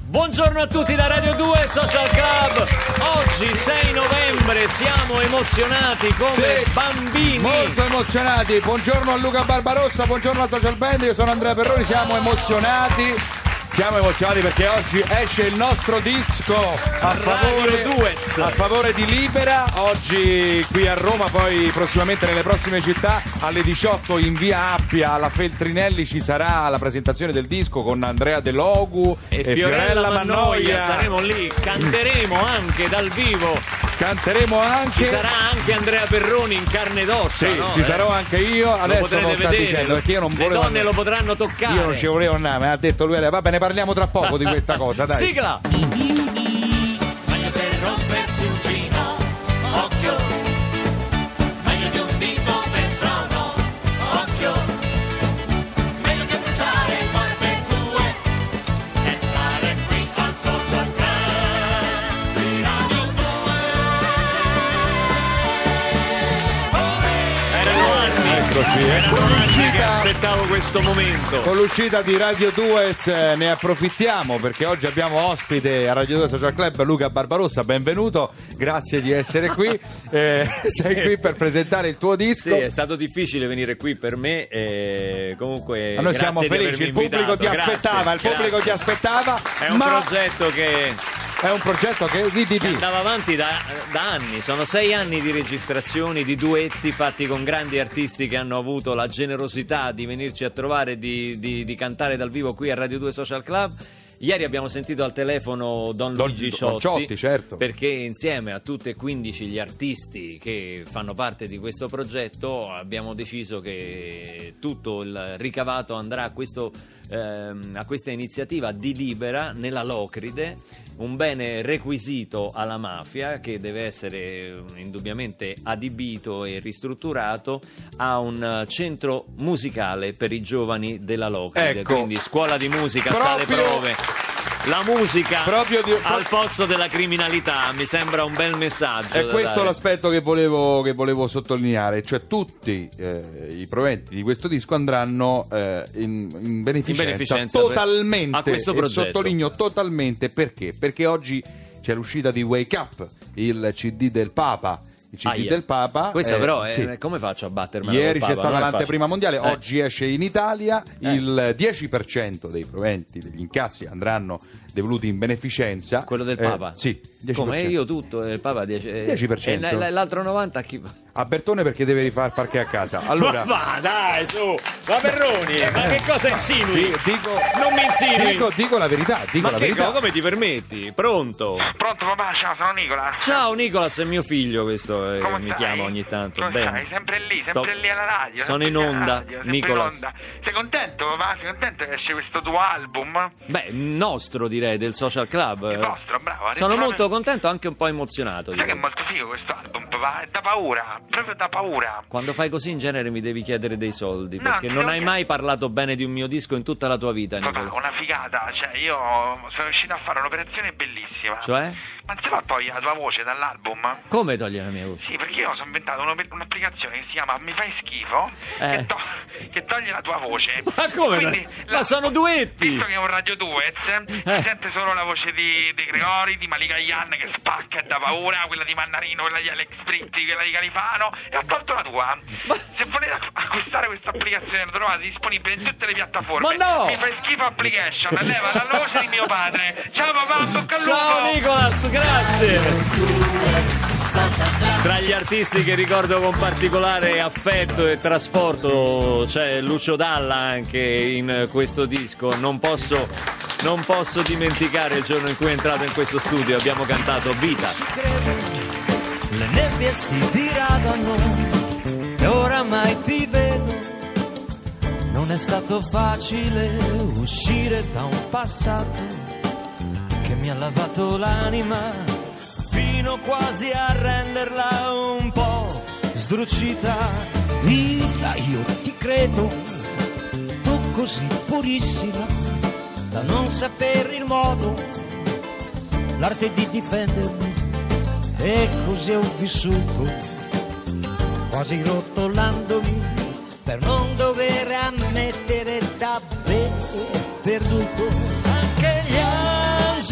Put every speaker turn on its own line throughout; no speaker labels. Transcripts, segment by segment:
Buongiorno a tutti da Radio 2 Social Club. Oggi 6 novembre siamo emozionati come bambini.
Molto emozionati. Buongiorno a Luca Barbarossa, buongiorno a Social Band. Io sono Andrea Perroni, siamo emozionati. Siamo emozionati perché oggi esce il nostro disco a favore di Libera. Oggi qui a Roma, poi prossimamente nelle prossime città alle 18 in via Appia alla Feltrinelli ci sarà la presentazione del disco con Andrea De Logu
e Fiorella Mannoia. Saremo lì, canteremo anche dal vivo.
Canteremo anche.
Ci sarà anche Andrea Perroni in carne ed ossa.
Sì,
no?
Ci sarò anche io. Adesso lo sta dicendo perché io non volevo.
Le donne lo potranno toccare.
Io non ci volevo andare, mi ha detto lui. Va bene, parliamo tra poco di questa cosa, dai.
Sigla!
Meglio per rompersi un gino, occhio. Meglio di un dito per trono, occhio. Meglio che bruciare il barbecue e stare qui al Social Club di Radio 2.
Erano anni che aspettavo questo momento.
Con l'uscita di Radio 2 ne approfittiamo perché oggi abbiamo ospite a Radio 2 Social Club Luca Barbarossa, benvenuto, grazie di essere qui. Sei qui per presentare il tuo disco.
Sì, è stato difficile venire qui per me, comunque
noi siamo felici, il pubblico ti aspettava, ti aspettava.
È un progetto che...
È un progetto che
andava avanti da anni, sono 6 anni di registrazioni, di duetti fatti con grandi artisti che hanno avuto la generosità di venirci a trovare, di cantare dal vivo qui a Radio 2 Social Club. Ieri abbiamo sentito al telefono Don Luigi Ciotti,
certo.
Perché insieme a tutti e 15 gli artisti che fanno parte di questo progetto abbiamo deciso che tutto il ricavato andrà a questa iniziativa di Libera nella Locride, un bene requisito alla mafia che deve essere indubbiamente adibito e ristrutturato a un centro musicale per i giovani della Locride,
ecco.
Quindi scuola di musica, sale prove, la musica al posto della criminalità, mi sembra un bel messaggio.
È questo l'aspetto che volevo sottolineare, cioè tutti i proventi di questo disco andranno in beneficenza totalmente,
a questo progetto.
E sottolineo totalmente perché oggi c'è l'uscita di Wake Up, il CD del Papa. Del Papa.
Questa però
sì.
Come faccio a battermela?
Ieri c'è stata l'anteprima mondiale, oggi esce in Italia. Il 10% dei proventi, degli incassi andranno devoluti in beneficenza.
Quello del Papa?
Sì, 10%.
Come io tutto, il Papa
10%.
E l'altro 90% a chi?
A Bertone perché deve rifare parquet a casa. Allora,
ma dai, su, ma Perroni, ma che cosa insinui? Non mi insinui.
Dico la verità, verità.
Come ti permetti? Pronto?
Pronto papà, ciao, sono Nicolas.
Ciao Nicolas, è mio figlio questo, mi chiama ogni tanto.
Come
Bene.
stai? Sempre lì alla radio.
Sono in onda, Nicolas.
Sei contento papà? Sei contento che esce questo tuo album?
Beh, nostro direi, del Social Club.
Il vostro, bravo.
Sono molto contento, anche un po' emozionato.
Sai che è molto figo questo album papà? È da paura, proprio da paura.
Quando fai così in genere mi devi chiedere dei soldi,
No,
perché non hai mai parlato bene di un mio disco in tutta la tua vita,
Papà,
Nicolas.
una figata, cioè io sono riuscito a fare un'operazione bellissima.
Cioè?
Ma non si fa togliere la tua voce dall'album?
Come togliere la mia voce?
Sì, perché io ho inventato un'applicazione che si chiama Mi fai schifo, che toglie la tua voce.
Ma come?
Quindi,
ma sono duetti!
Visto che è un Radio Duets, si sente solo la voce di Gregori, di Malika Yan che spacca e da paura, quella di Mannarino, quella di Alex Britti, quella di Califano, e ho tolto la tua. Se volete acquistare questa applicazione la trovate disponibile in tutte le piattaforme.
Ma no!
Mi fai schifo application, leva la voce di mio padre. Ciao papà, tocca al lupo.
Ciao Nicolas, grazie! Tra gli artisti che ricordo con particolare affetto e trasporto c'è Lucio Dalla anche in questo disco. Non posso dimenticare il giorno in cui è entrato in questo studio, abbiamo cantato Vita.
Ci credo, le nebbie si diradano e oramai ti vedo. Non è stato facile uscire da un passato che mi ha lavato l'anima fino quasi a renderla un po' sdrucita. Vita, io ti credo, tu così purissima da non sapere il modo, l'arte di difendermi, e così ho vissuto, quasi rotolandomi per non dover ammettere davvero perduto. Anche gli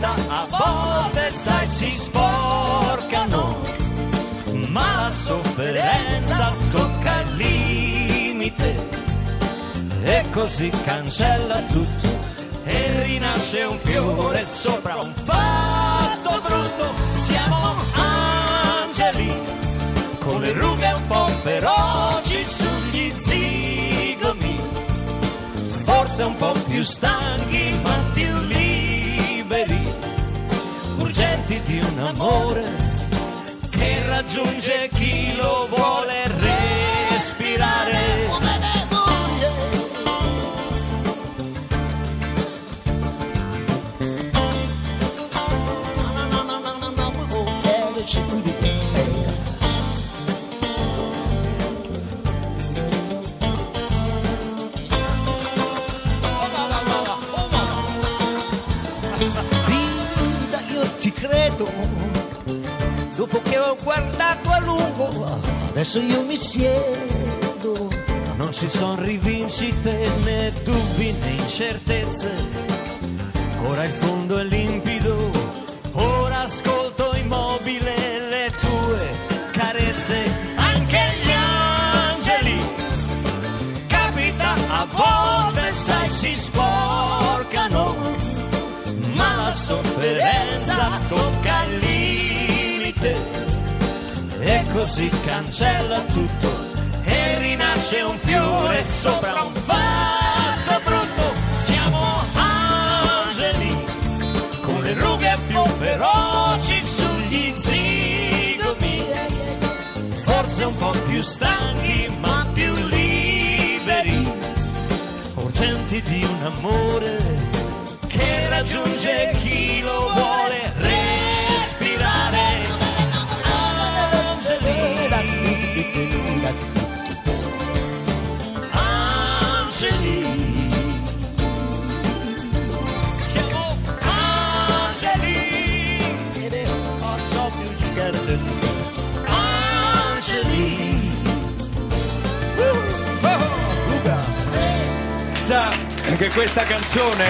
capita a volte, sai, si sporcano, ma la sofferenza tocca il limite e così cancella tutto e rinasce un fiore sopra un fatto brutto. Siamo angeli con le rughe un po' feroci sugli zigomi, forse un po' più stanchi ma più liberi, urgenti di un amore che raggiunge chi lo vuole respirare. Dopo che ho guardato a lungo, adesso io mi siedo. Non ci son rivincite né dubbi né incertezze. Ora il fondo è limpido, ora ascolto immobile le tue carezze. Anche gli angeli capita a volte, sai, si sporcano, ma la sofferenza tocca il limite e così cancella tutto e rinasce un fiore sopra un fatto brutto. Siamo angeli con le rughe più feroci sugli zigomi, forse un po' più stanchi ma più liberi, urgenti di un amore che raggiunge chi lo vuole respirare. Angeli, siamo angeli, angeli.
Sa che questa canzone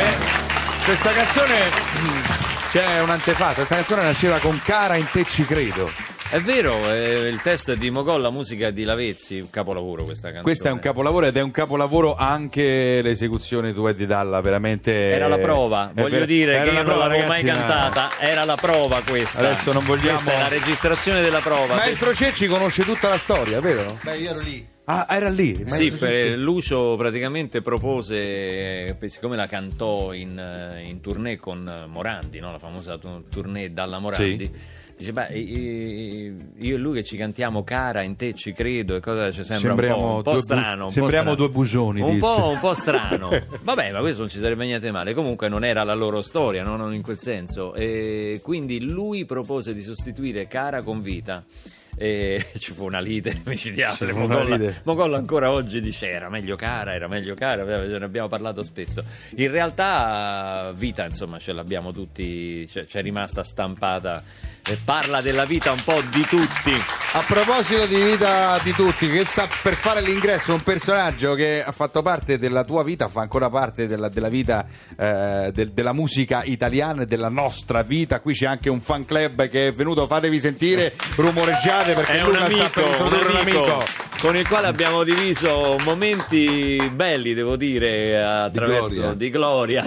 c'è un antefatto. Questa canzone nasceva con Cara in te ci credo.
È vero, il testo è di Mogol, la musica è di Lavezzi, un capolavoro questa canzone.
Questo è un capolavoro ed è un capolavoro anche l'esecuzione tua di Dalla, veramente.
Era la prova, voglio dire che io non l'avevo
ragazzi,
mai cantata, era la prova questa.
Adesso non vogliamo.
Questa è la registrazione della prova.
Maestro Cecci conosce tutta la storia, vero?
Beh, io ero lì.
Ah, era lì.
Sì,
Maestro Cecci.
Lucio praticamente propose, siccome la cantò in tournée con Morandi, no? La famosa tournée Dalla Morandi.
Sì.
Dice, beh, io e lui che ci cantiamo Cara in te ci credo, e cosa ci sembra un po' strano.
Sembriamo due busoni.
Un po' strano. Vabbè, ma questo non ci sarebbe niente male. Comunque non era la loro storia, no? Non in quel senso. E quindi lui propose di sostituire Cara con Vita. E ci fu una lite micidiale. Mogol ancora oggi dice era meglio Cara, ce ne abbiamo parlato spesso. In realtà Vita, insomma, ce l'abbiamo tutti, c'è rimasta stampata e parla della vita un po' di tutti.
A proposito di vita di tutti, che sta per fare l'ingresso un personaggio che ha fatto parte della tua vita, fa ancora parte della vita della musica italiana e della nostra vita. Qui c'è anche un fan club che è venuto, fatevi sentire, rumoreggiate perché
È un amico con il quale abbiamo diviso momenti belli, devo dire, attraverso di gloria.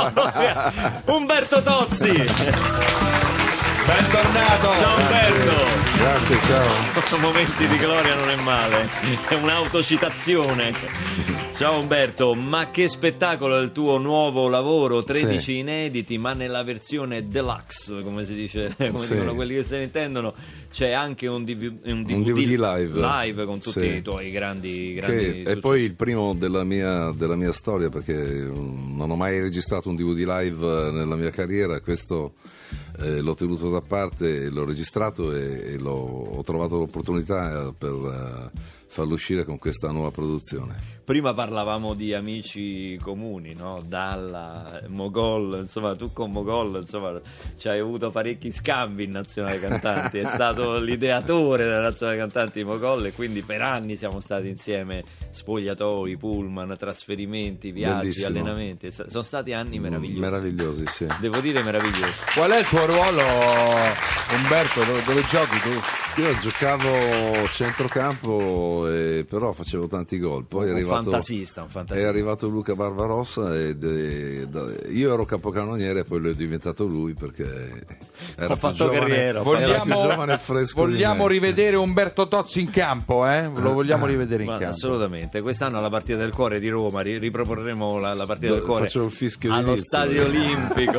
Umberto Tozzi.
Bentornato.
Ciao Umberto.
Grazie, ciao.
Momenti di gloria non è male, è un'autocitazione. Ciao Umberto, ma che spettacolo è il tuo nuovo lavoro, 13
Sì.
inediti, ma nella versione deluxe, come si dice, come
Sì.
dicono quelli che se ne intendono. C'è anche un DVD
live
con tutti
Sì.
i tuoi grandi
Che
successi.
è poi il primo della mia storia, perché non ho mai registrato un DVD live nella mia carriera. Questo l'ho tenuto da parte, l'ho registrato e ho trovato l'opportunità per farlo uscire con questa nuova produzione.
Prima parlavamo di amici comuni, no? Dalla, Mogol, insomma tu con Mogol insomma ci hai avuto parecchi scambi in Nazionale Cantanti, è stato l'ideatore della Nazionale Cantanti Mogol e quindi per anni siamo stati insieme, spogliatoi, pullman, trasferimenti, viaggi,
Bellissimo.
allenamenti, sono stati anni meravigliosi.
Meravigliosi, sì.
Devo dire meravigliosi.
Qual è il tuo ruolo, Umberto? Dove giochi tu?
Io giocavo centrocampo, però facevo tanti gol. Poi è
Un
arrivato,
fantasista.
è arrivato Luca Barbarossa io ero capocannoniere e poi lo è diventato lui perché era
Ho
più
fatto
giovane,
carriera,
era più giovane e fresco di
Vogliamo
me.
rivedere Umberto Tozzi in campo, eh? Lo vogliamo rivedere in
Ma
campo.
assolutamente, quest'anno alla partita del cuore di Roma riproporremo la partita del cuore
Faccio il fischio di
allo
inizio.
Stadio Olimpico.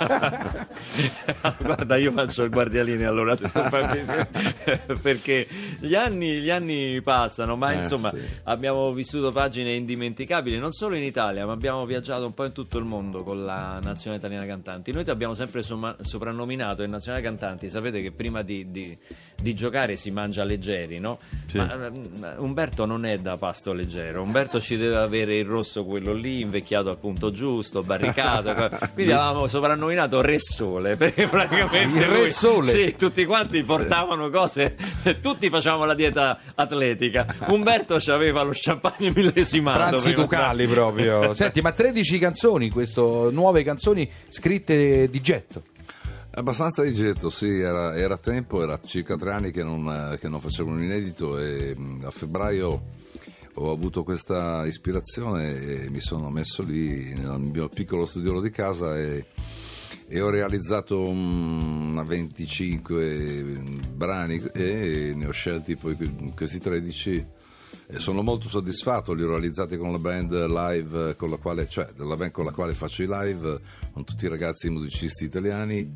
Guarda, io faccio il guardialine allora perché gli anni passano, ma insomma
sì.
abbiamo vissuto pagine indimenticabili non solo in Italia, ma abbiamo viaggiato un po' in tutto il mondo con la Nazionale Italiana Cantanti. Noi ti abbiamo sempre soprannominato in Nazionale Cantanti, sapete che prima di giocare si mangia leggeri, no?
Sì.
Ma Umberto non è da pasto leggero, Umberto ci deve avere il rosso quello lì, invecchiato al punto giusto, barricato, quindi avevamo soprannominato Re Sole, perché praticamente
Il Re
lui-
Sole?
sì, tutti quanti portavano cose, tutti facevamo la dieta atletica, Umberto aveva lo champagne millesimato.
Pranzi
prima.
ducali proprio. Senti, ma 13 canzoni, nuove canzoni scritte di getto.
Abbastanza di getto, sì, era tempo, era circa 3 anni che non facevo un inedito e a febbraio ho avuto questa ispirazione e mi sono messo lì nel mio piccolo studiolo di casa e ho realizzato una 25 brani e ne ho scelti poi questi 13 e sono molto soddisfatto, li ho realizzati con la band live con la quale, cioè della band con la quale faccio i live con tutti i ragazzi musicisti italiani.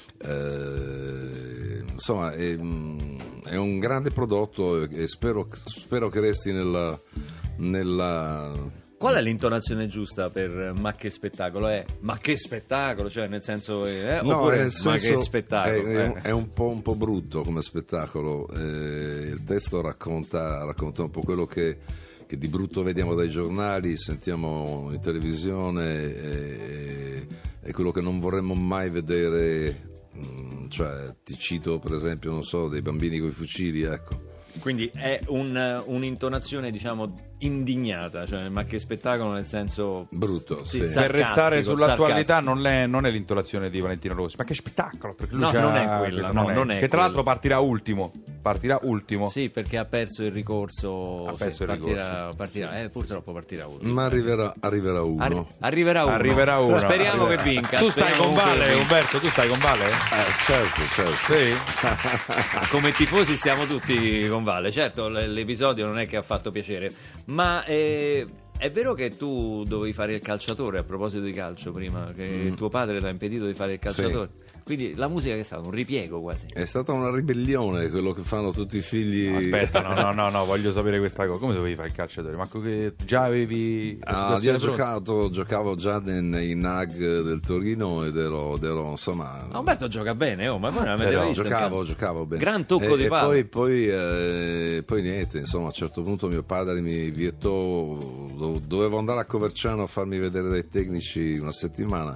Insomma è un grande prodotto e spero che resti nella
Qual è l'intonazione giusta per ma che spettacolo? È ma che spettacolo, cioè nel senso
no,
oppure
nel
ma
senso,
che spettacolo?
è un po' brutto come spettacolo. Il testo racconta un po' quello che di brutto vediamo dai giornali, sentiamo in televisione e quello che non vorremmo mai vedere. Cioè, ti cito per esempio, non so, dei bambini coi fucili, ecco.
Quindi è un'intonazione diciamo indignata, cioè ma che spettacolo nel senso
Brutto, sì.
Per restare
sarcastico,
sull'attualità non è l'intonazione di Valentino Rossi, ma che spettacolo, perché lui
No,
c'ha-
non è quella, no, non è
che tra l'altro
quella.
partirà ultimo.
Sì, perché ha perso il ricorso.
Ha perso il
partirà, purtroppo partirà ultimo.
Ma arriverà uno.
Arriverà uno. Speriamo che vinca.
Tu stai
speriamo
con
che
Vale,
vinca.
Umberto, tu stai con Vale?
Certo.
Sì.
Come tifosi stiamo tutti con Vale. Certo, l'episodio non è che ha fatto piacere, ma è vero che tu dovevi fare il calciatore, a proposito di calcio prima, che tuo padre ti ha impedito di fare il calciatore. Quindi la musica che è stata un ripiego quasi.
È stata una ribellione, quello che fanno tutti i figli.
Aspetta, no, voglio sapere questa cosa. Come dovevi fare il calciatore? Ma che già avevi la
Io
situazione
giocavo già nei NAG del Torino ed ero insomma.
Ma Umberto gioca bene, ma voi non avete visto? in campo?
Giocavo bene.
Gran tocco di palla.
E poi niente, insomma, a un certo punto mio padre mi vietò, dovevo andare a Coverciano a farmi vedere dai tecnici una settimana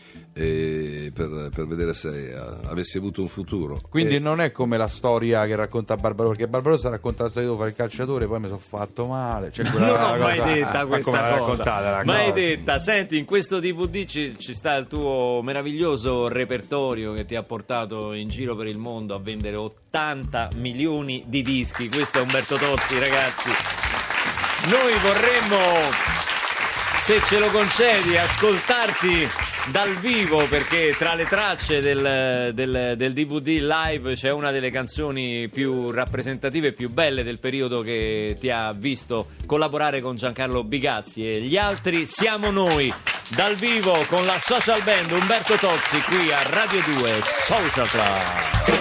per vedere se avessi avuto un futuro.
Quindi
E-
non è come la storia che racconta Barbarossa, perché Barbarossa racconta la storia di fare il calciatore, poi mi sono fatto male. Cioè,
Non ho mai detta
Ma come
questa
l'hai
cosa.
raccontata la
Mai
cosa?
detta. Senti, in questo DVD ci sta il tuo meraviglioso repertorio che ti ha portato in giro per il mondo a vendere 80 milioni di dischi. Questo è Umberto Tozzi, ragazzi. Noi vorremmo, se ce lo concedi, ascoltarti dal vivo, perché tra le tracce del DVD live c'è una delle canzoni più rappresentative e più belle del periodo che ti ha visto collaborare con Giancarlo Bigazzi, e gli altri siamo noi, dal vivo con la social band Umberto Tozzi qui a Radio 2 Social Club.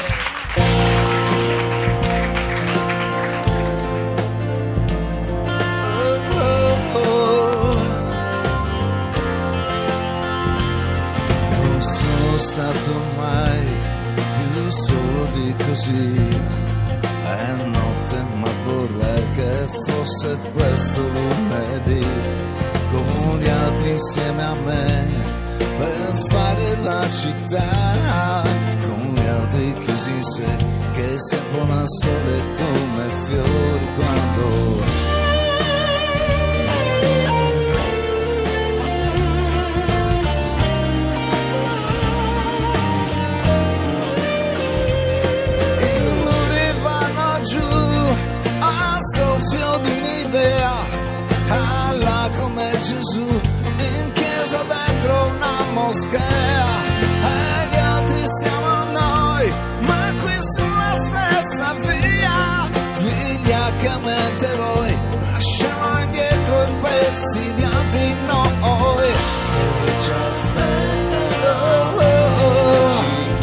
Non sono stato mai più solo di così. È notte ma vorrei che fosse presto lunedì, con gli altri insieme a me, per fare la città, con gli altri chiusi in sé, che sembrano al sole come fiori quando... Come Gesù in chiesa dentro una moschea, e gli altri siamo noi, ma qui sulla stessa via, vigliaccamente eroi, lasciamo indietro i pezzi di altri noi. Ci aspettano, ci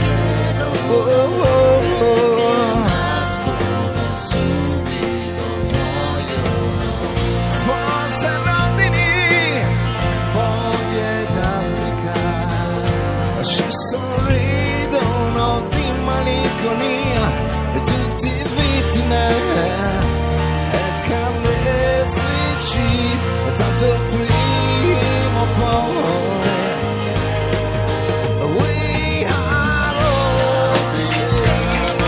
chiedono, nascono subito muoiono, forse no. Ci sorridono di malinconia e tutti vittime e carnefici, e tanto prima o poi we are all siamo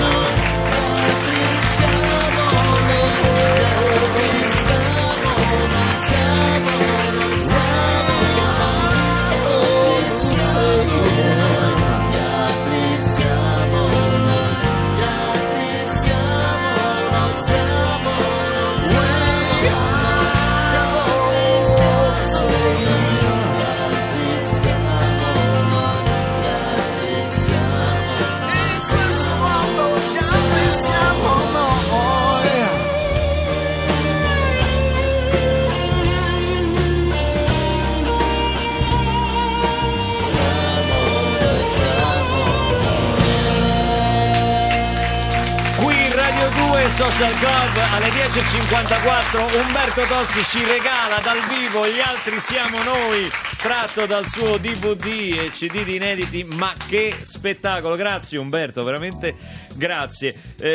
Social Club alle 10.54. Umberto Tozzi ci regala dal vivo Gli altri siamo noi, tratto dal suo DVD e CD di inediti. Ma che spettacolo, grazie Umberto, veramente grazie.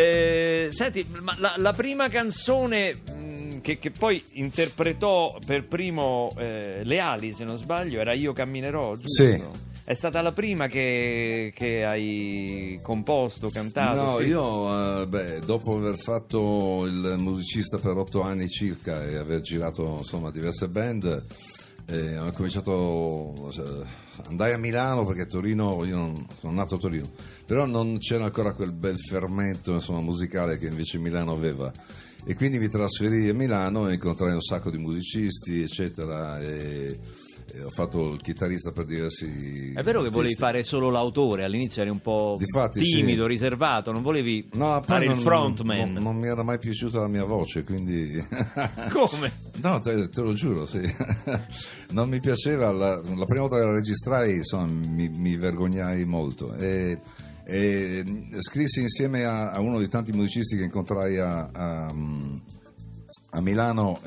Senti, ma la prima canzone che poi interpretò per primo Leali, se non sbaglio, era Io camminerò, giusto?
Sì.
È stata la prima che hai composto, cantato?
No,
scritto?
io dopo aver fatto il musicista per 8 anni circa e aver girato insomma diverse band, ho cominciato, andai a Milano perché Torino, io non sono nato a Torino, però non c'era ancora quel bel fermento insomma musicale che invece Milano aveva, e quindi mi trasferii a Milano e incontrai un sacco di musicisti eccetera, e ho fatto il chitarrista per diversi...
È vero che volevi fare solo l'autore, all'inizio eri un po'
Difatti,
timido,
sì.
Riservato, non volevi
No,
fare il frontman.
Non mi era mai piaciuta la mia voce, quindi...
Come?
No, te lo giuro, sì. Non mi piaceva, la prima volta che la registrai, insomma, mi vergognai molto. E scrissi insieme a uno dei tanti musicisti che incontrai a Milano,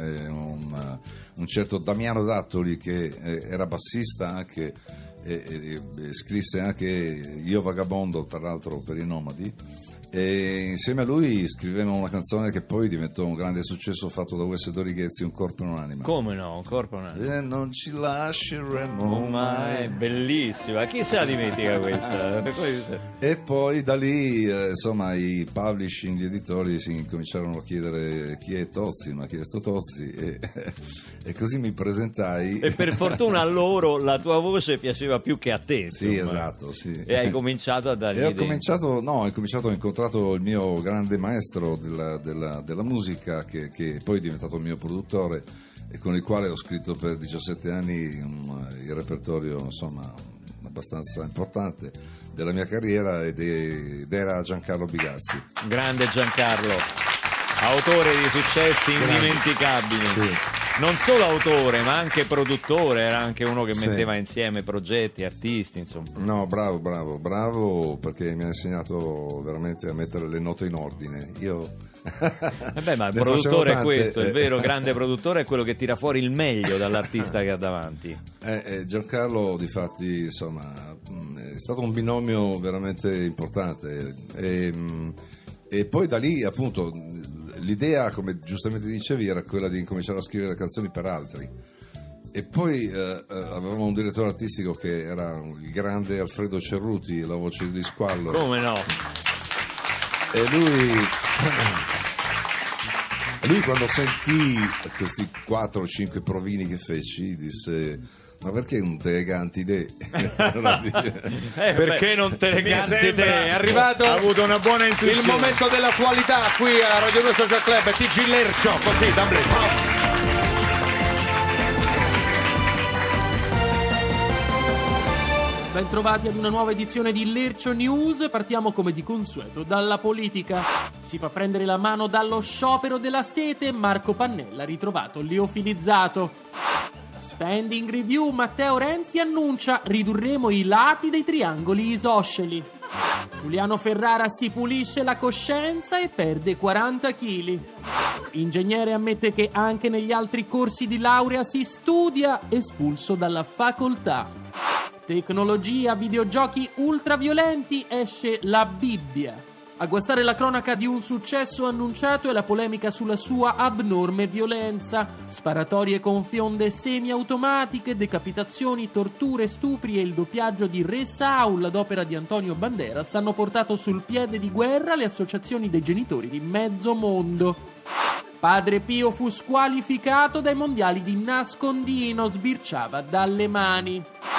un certo Damiano Dattoli, che era bassista anche, e scrisse anche Io vagabondo, tra l'altro per i Nomadi, e insieme a lui scrivemmo una canzone che poi diventò un grande successo, fatto da Wes Dorighezzi, Un corpo e un'anima.
Come no, un corpo e un'anima.
E non ci lasceremo
Oh, ma è bellissima, chi se la dimentica questa?
E poi da lì insomma i publishing, gli editori si incominciarono a chiedere chi è Tozzi, ma chi è sto Tozzi, e così mi presentai,
E per fortuna a loro la tua voce piaceva più che a te,
sì,
insomma.
esatto, sì.
E hai cominciato a dargli
E ho
dentro.
cominciato, ho incontrato il mio grande maestro della musica, che poi è diventato il mio produttore, e con il quale ho scritto per 17 anni il repertorio insomma abbastanza importante della mia carriera, ed era Giancarlo Bigazzi.
Grande Giancarlo, autore di successi indimenticabili.
Sì.
Non solo autore, ma anche produttore, era anche uno che
Sì.
metteva insieme progetti, artisti, insomma.
No, bravo, perché mi ha insegnato veramente a mettere le note in ordine. Io
Vabbè, ma il
ne
produttore
facevo
è
tante,
questo, il vero grande produttore è quello che tira fuori il meglio dall'artista che ha davanti.
Giancarlo, difatti, insomma, è stato un binomio veramente importante, e poi da lì, appunto, l'idea, come giustamente dicevi, era quella di incominciare a scrivere canzoni per altri. E poi avevamo un direttore artistico che era il grande Alfredo Cerruti, la voce di Squallo.
Come no?
E lui quando sentì questi 4 o 5 provini che feci, disse: ma perché non te le canti te?
Perché non te le
mi
canti
sembra-
te? È arrivato
Ha avuto una buona intuizione.
il momento dell'attualità qui a Radio 2 Social Club. TG Lercio, così, d'amblè.
Bentrovati ad una nuova edizione di Lercio News. Partiamo come di consueto dalla politica. Si fa prendere la mano dallo sciopero della sete. Marco Pannella ritrovato liofilizzato. Spending review. Matteo Renzi annuncia: ridurremo i lati dei triangoli isosceli. Giuliano Ferrara si pulisce la coscienza e perde 40 kg. Ingegnere ammette che anche negli altri corsi di laurea si studia, espulso dalla facoltà. Tecnologia, videogiochi ultraviolenti, esce la Bibbia. A guastare la cronaca di un successo annunciato è la polemica sulla sua abnorme violenza. Sparatorie con fionde semiautomatiche, decapitazioni, torture, stupri e il doppiaggio di Re Saul ad opera di Antonio Banderas hanno portato sul piede di guerra le associazioni dei genitori di mezzo mondo. Padre Pio fu squalificato dai mondiali di nascondino, sbirciava dalle mani.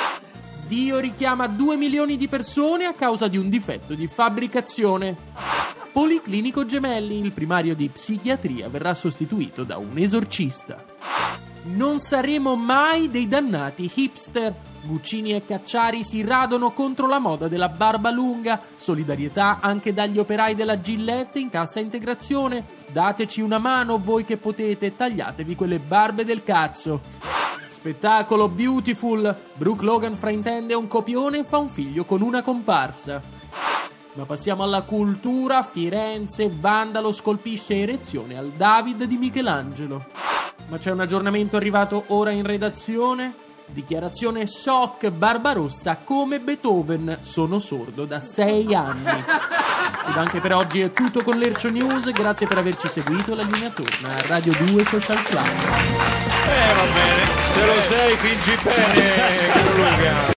Dio richiama 2 milioni di persone a causa di un difetto di fabbricazione. Policlinico Gemelli, il primario di psichiatria verrà sostituito da un esorcista. Non saremo mai dei dannati hipster. Guccini e Cacciari si radono contro la moda della barba lunga. Solidarietà anche dagli operai della Gillette in cassa integrazione. Dateci una mano voi che potete, tagliatevi quelle barbe del cazzo. Spettacolo Beautiful. Brooke Logan fraintende un copione e fa un figlio con una comparsa. Ma passiamo alla cultura. Firenze, vandalo scolpisce erezione al David di Michelangelo. Ma c'è un aggiornamento arrivato ora in redazione. Dichiarazione shock: Barbarossa come Beethoven, sono sordo da 6 anni. Ed anche per oggi è tutto con Lercio News. Grazie per averci seguito. La linea torna a Radio 2 Social Club.
Va bene, se lo sei fingi bene, caro Luca.